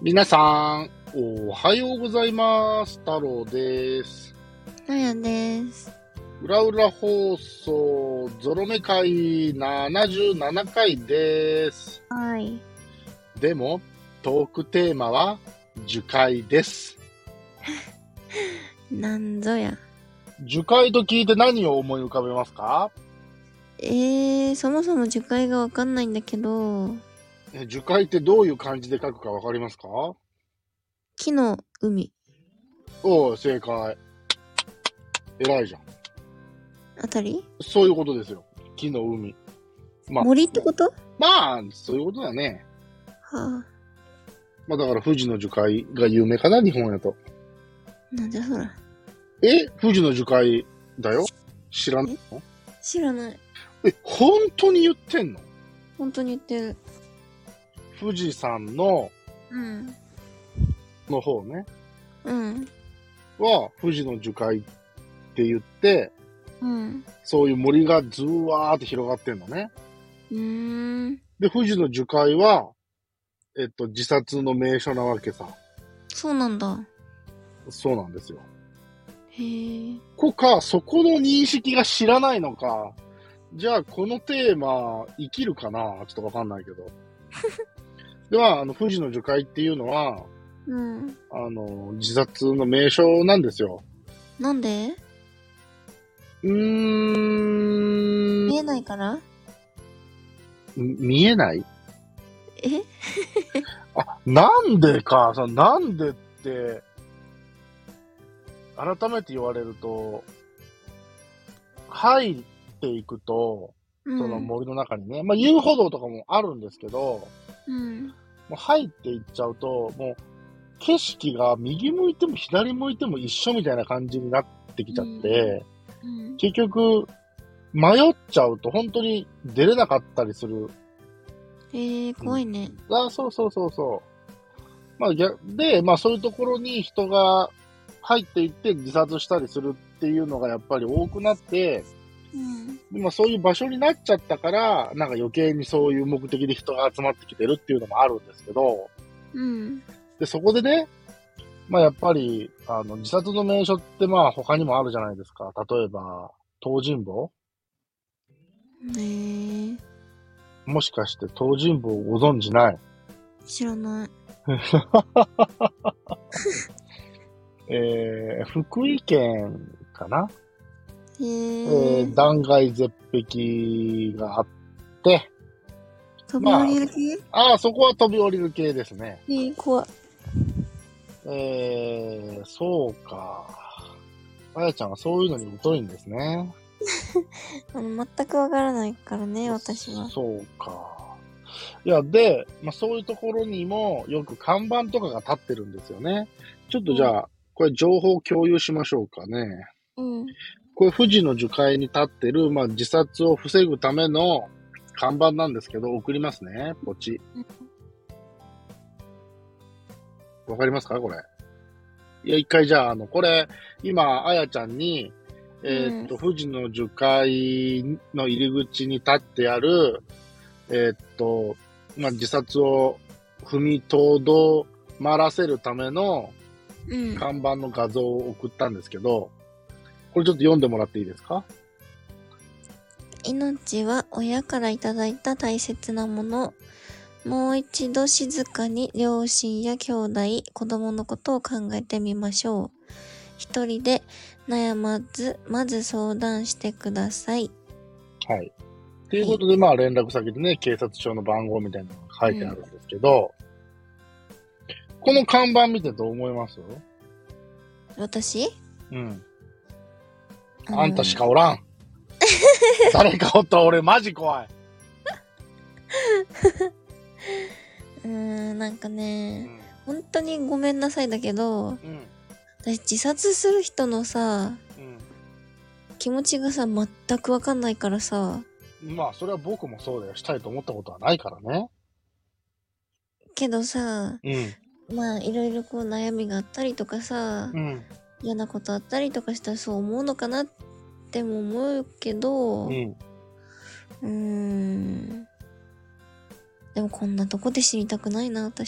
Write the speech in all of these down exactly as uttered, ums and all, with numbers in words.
皆さん、おはようございます。太郎です。 なやです。 うらうら放送ゾロ目会ななじゅうななかいです。 はい。 でも、トークテーマは樹海です。 なんぞや。 樹海と聞いて何を思い浮かべますか？ えー、そもそも樹海がわかんないんだけど、 え樹海ってどういう漢字で書くかわかりますか？ 木の海。 おう、正解。偉いじゃん。 あたりそういうことですよ。木の海。まあ、 森ってことはまあ、そういうことだね。 あ。 まあだから富士の樹海が有名かな、日本やと。 なんじゃそら。 え富士の樹海だよ。知らんの？ 知らない。 え、本当に言ってんの？ 本当に言ってる。 富士山の、 うん。 の方ね。 うん。 は、富士の樹海って言って、 うん。 そういう森がずわーって広がってんのね。 うーん。 で、富士の樹海は、えっと、自殺の名所なわけさ。 そうなんだ。 そうなんですよ。 へえ。 こか、そこの認識が知らないのか。じゃあ、このテーマ、生きるかなちょっとわかんないけど。では、あの、富士の樹海っていうのは、 うん。 あの、自殺の名所なんですよ。 なんでうーん、 見えないから見えない？ えあ、なんでか、そのなんでって、改めて言われると、入っていくと、 うん。 その森の中にね、まあ遊歩道とかもあるんですけど、 うん。 もう入っていっちゃうと、もう景色が右向いても左向いても一緒みたいな感じになってきちゃって、 うん。 結局、迷っちゃうと本当に出れなかったりする。 えー、怖いね。 あ、そうそうそうそう。まあ、逆で、まあそういうところに人が入っていって自殺したりするっていうのがやっぱり多くなって、 うん。 でまあそういう場所になっちゃったから、なんか余計にそういう目的で人が集まってきてるっていうのもあるんですけど、 うん。 で、そこでね、まあやっぱり、あの、自殺の名所ってまあ他にもあるじゃないですか。例えば、東尋坊？ えー、 もしかして東尋坊をご存知ない？ 知らない。 えー、福井県かな？ へええー、断崖絶壁があって、 飛び降まりる系あ、ああ、そこは飛び降りる系ですね。 えー、怖い。 えー、そうか。あやちゃんはそういうのに疎いんですね。 あの、全くわからないからね、私は。 そうか。いや、で、まあ、そういうところにもよく看板とかが立ってるんですよね。ちょっとじゃあ、これ情報共有しましょうかね。 うん。 これ富士の樹海に立ってる、まあ、自殺を防ぐための看板なんですけど、送りますね。ポチ。わかりますかこれ。いや、一回じゃあ、あの、これ、今、あやちゃんに、えーっと、富士の樹海の入り口に立ってある、えーっと、まあ、自殺を踏みとどまらせるためのうん。 看板の画像を送ったんですけど、これちょっと読んでもらっていいですか？ 命は親からいただいた大切なもの。もう一度静かに両親や兄弟、子供のことを考えてみましょう。一人で悩まず、まず相談してください。 はい。ということで、まあ、連絡先でね、警察署の番号みたいなのが書いてあるんですけど、うん、この看板見てどう思います？ 私うん。あんたしかおらん。誰かおったら俺マジ怖い。 うーん、なんかね、うん、本当にごめんなさいだけど、うん、私自殺する人のさ、うん、気持ちがさ、全くわかんないからさ。 まあ、それは僕もそうだよ。したいと思ったことはないからね。 けどさ、 うん、 まあ、いろいろこう悩みがあったりとかさ、うん、嫌なことあったりとかしたらそう思うのかなっても思うけど、うん、うーん。でもこんなとこで死にたくないな、私は。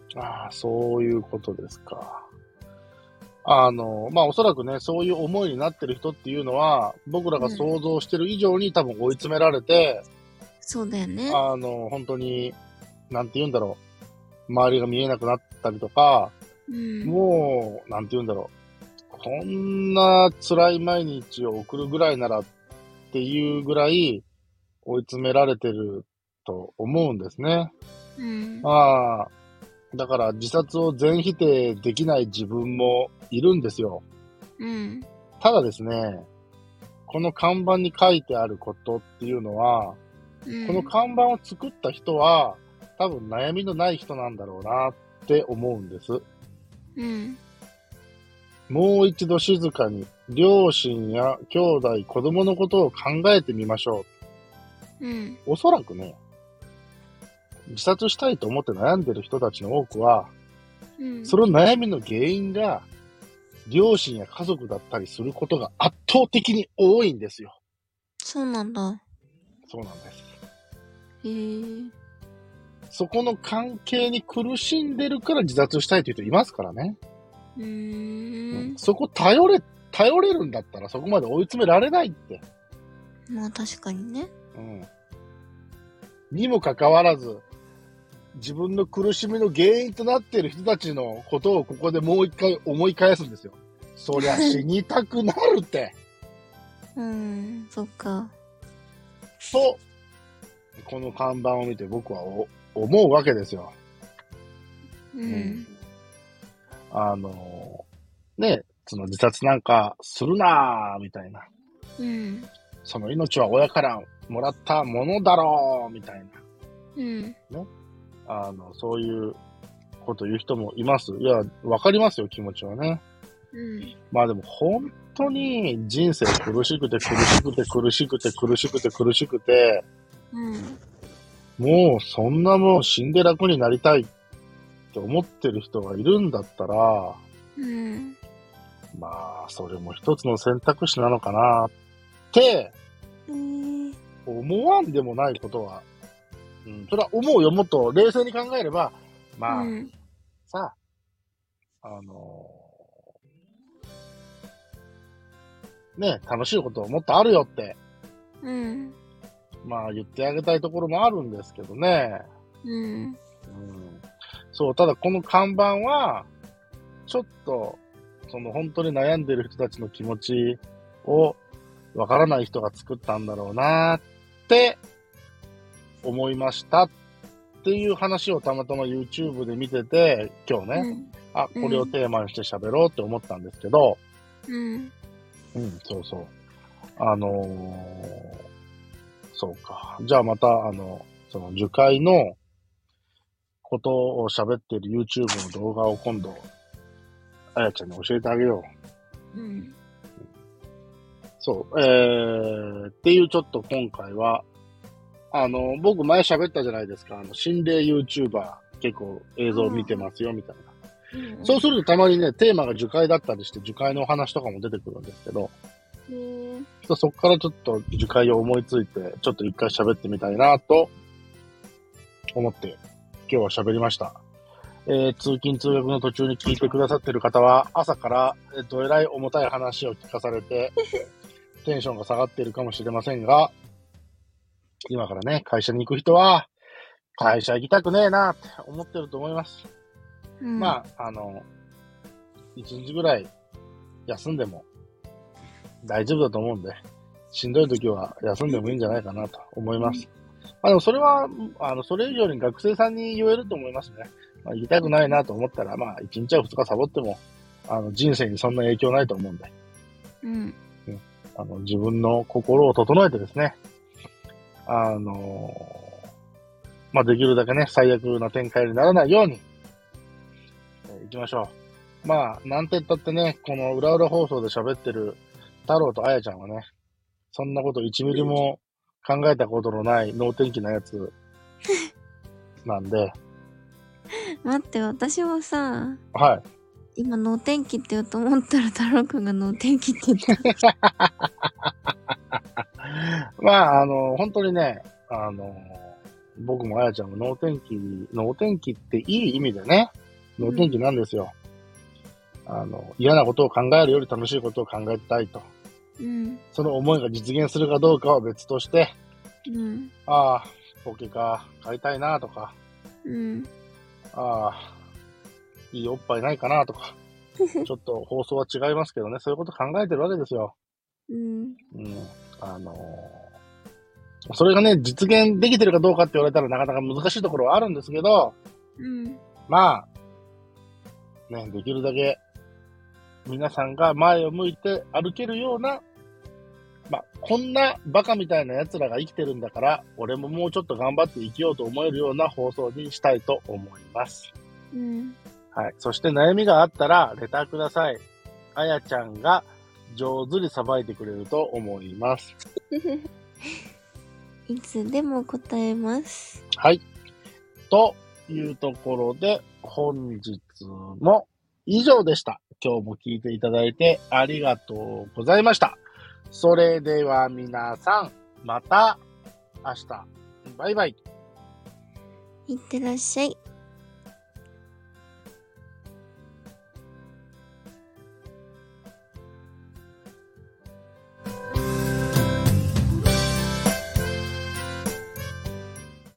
ああ、そういうことですか。あの、まあ、おそらくね、そういう思いになってる人っていうのは、僕らがうん。 想像してる以上に多分追い詰められて、 そうだよね。 あの、本当に、なんて言うんだろう、周りが見えなくなったりとか、 うん。 もう、なんて言うんだろう、こんな辛い毎日を送るぐらいならっていうぐらい追い詰められてると思うんですね。 うん。 まあ、だから自殺を全否定できない自分もいるんですよ。 うん。 ただですね、この看板に書いてあることっていうのは、このうん。 看板を作った人は、多分悩みのない人なんだろうなって思うんです。 うん。 もう一度静かに、両親や兄弟、子供のことを考えてみましょうん。 う。おそらくね、自殺したいと思って悩んでる人たちの多くは、 うん。 その悩みの原因が、両親や家族だったりすることが圧倒的に多いんですよ。 そうなんだ。 そうなんです。 へえ。 そこの関係に苦しんでるから自殺したいという人いますからね。 うーん。 そこ頼れ、頼れるんだったらそこまで追い詰められないって。 まあ確かにね。 うん。にもかかわらず、自分の苦しみの原因となっている人たちのことをここでもう一回思い返すんですよ。そりゃ死にたくなるって。 うん。そっか。 と、この看板を見て僕は思うわけですよ。 ううん。 ん。 あの、ね、その自殺なんかするなーみたいな。 うん。 その命は親からもらったものだろうみたいな。 うん。 ね。あの、そういうこと言う人もいます。いや、わかりますよ、気持ちはね。 うん。 まあでも本当に人生苦しくて苦しくて苦しくて苦しくて苦しくて、 うん。 もうそんなもん死んで楽になりたいって思ってる人がいるんだったら、 うん。 まあ、それも一つの選択肢なのかなって、 えー、 思わんでもないことは、うん、それは思うよ、もっと冷静に考えれば、まあ、 うん。 さあ、あのーね、楽しいこともっとあるよって、 うん。 まあ言ってあげたいところもあるんですけどね。 うん。 うん、そう、ただこの看板は、ちょっと、その本当に悩んでる人たちの気持ちをわからない人が作ったんだろうなって思いましたっていう話をたまたま YouTube で見てて、今日ね、 うん。 あ、 うん。 これをテーマにして喋ろうって思ったんですけど、 うん。 うん、そうそう。あのー、そうか。じゃあまた、あの、その樹海のことを喋っている YouTube の動画を今度、あやちゃんに教えてあげよう。 うん。 そう。えー、っていうちょっと今回は、あの、僕前喋ったじゃないですか。あの、心霊 YouTuber 結構映像見てますよ、みたいな。 うん。 そうするとたまにね、テーマが樹海だったりして、樹海のお話とかも出てくるんですけど、 へー、 そこからちょっと樹海を思いついて、ちょっと一回喋ってみたいなと思って、今日は喋りました。えー、通勤通学の途中に聞いてくださってる方は、朝から、えっと、えらい重たい話を聞かされて、テンションが下がっているかもしれませんが、今からね、会社に行く人は、会社行きたくねえなって思ってると思います。 うん。 まあ、あの、一日ぐらい休んでも大丈夫だと思うんで、しんどい時は休んでもいいんじゃないかなと思います。まあでもそれは、あの、それ以上に学生さんに言えると思いますね。まあ、行きたくないなと思ったら、まあ、一日は二日サボっても、あの、人生にそんな影響ないと思うんで、 うん。 うん、あの、自分の心を整えてですね、あのまあ、できるだけね、最悪な展開にならないように、えー行きましょう。まあ、なんて言ったってね、この裏裏放送で喋ってる太郎とあやちゃんはね、そんなこといちミリも考えたことのない能天気なやつなんで、 待って、私もさ、 はい。 今、能天気って言おうと思ったら、太郎くんが能天気って言った。 まあ、あの、本当にね、あの、僕もあやちゃんも能天気、能天気っていい意味でね、 能天気なんですよ。うん、あの、嫌なことを考えるより楽しいことを考えたいと。 うん、その思いが実現するかどうかは別として、 うん、 ああ、ポケカ買いたいなとか、 うん、 ああ、いいおっぱいないかなとか、ちょっと放送は違いますけどね、そういうこと考えてるわけですよ。 うん。 うん。あのー、それがね、実現できてるかどうかって言われたらなかなか難しいところはあるんですけど、 うん、 まあ、ね、できるだけ皆さんが前を向いて歩けるような、まあ、こんなバカみたいな奴らが生きてるんだから、俺ももうちょっと頑張って生きようと思えるような放送にしたいと思います。 うん。 はい。そして悩みがあったら、レターください。あやちゃんが上手にさばいてくれると思います。 いつでも答えます。 はい。というところで、本日も以上でした。今日も聞いていただいてありがとうございました。それでは皆さん、また明日。バイバイ。 いってらっしゃい。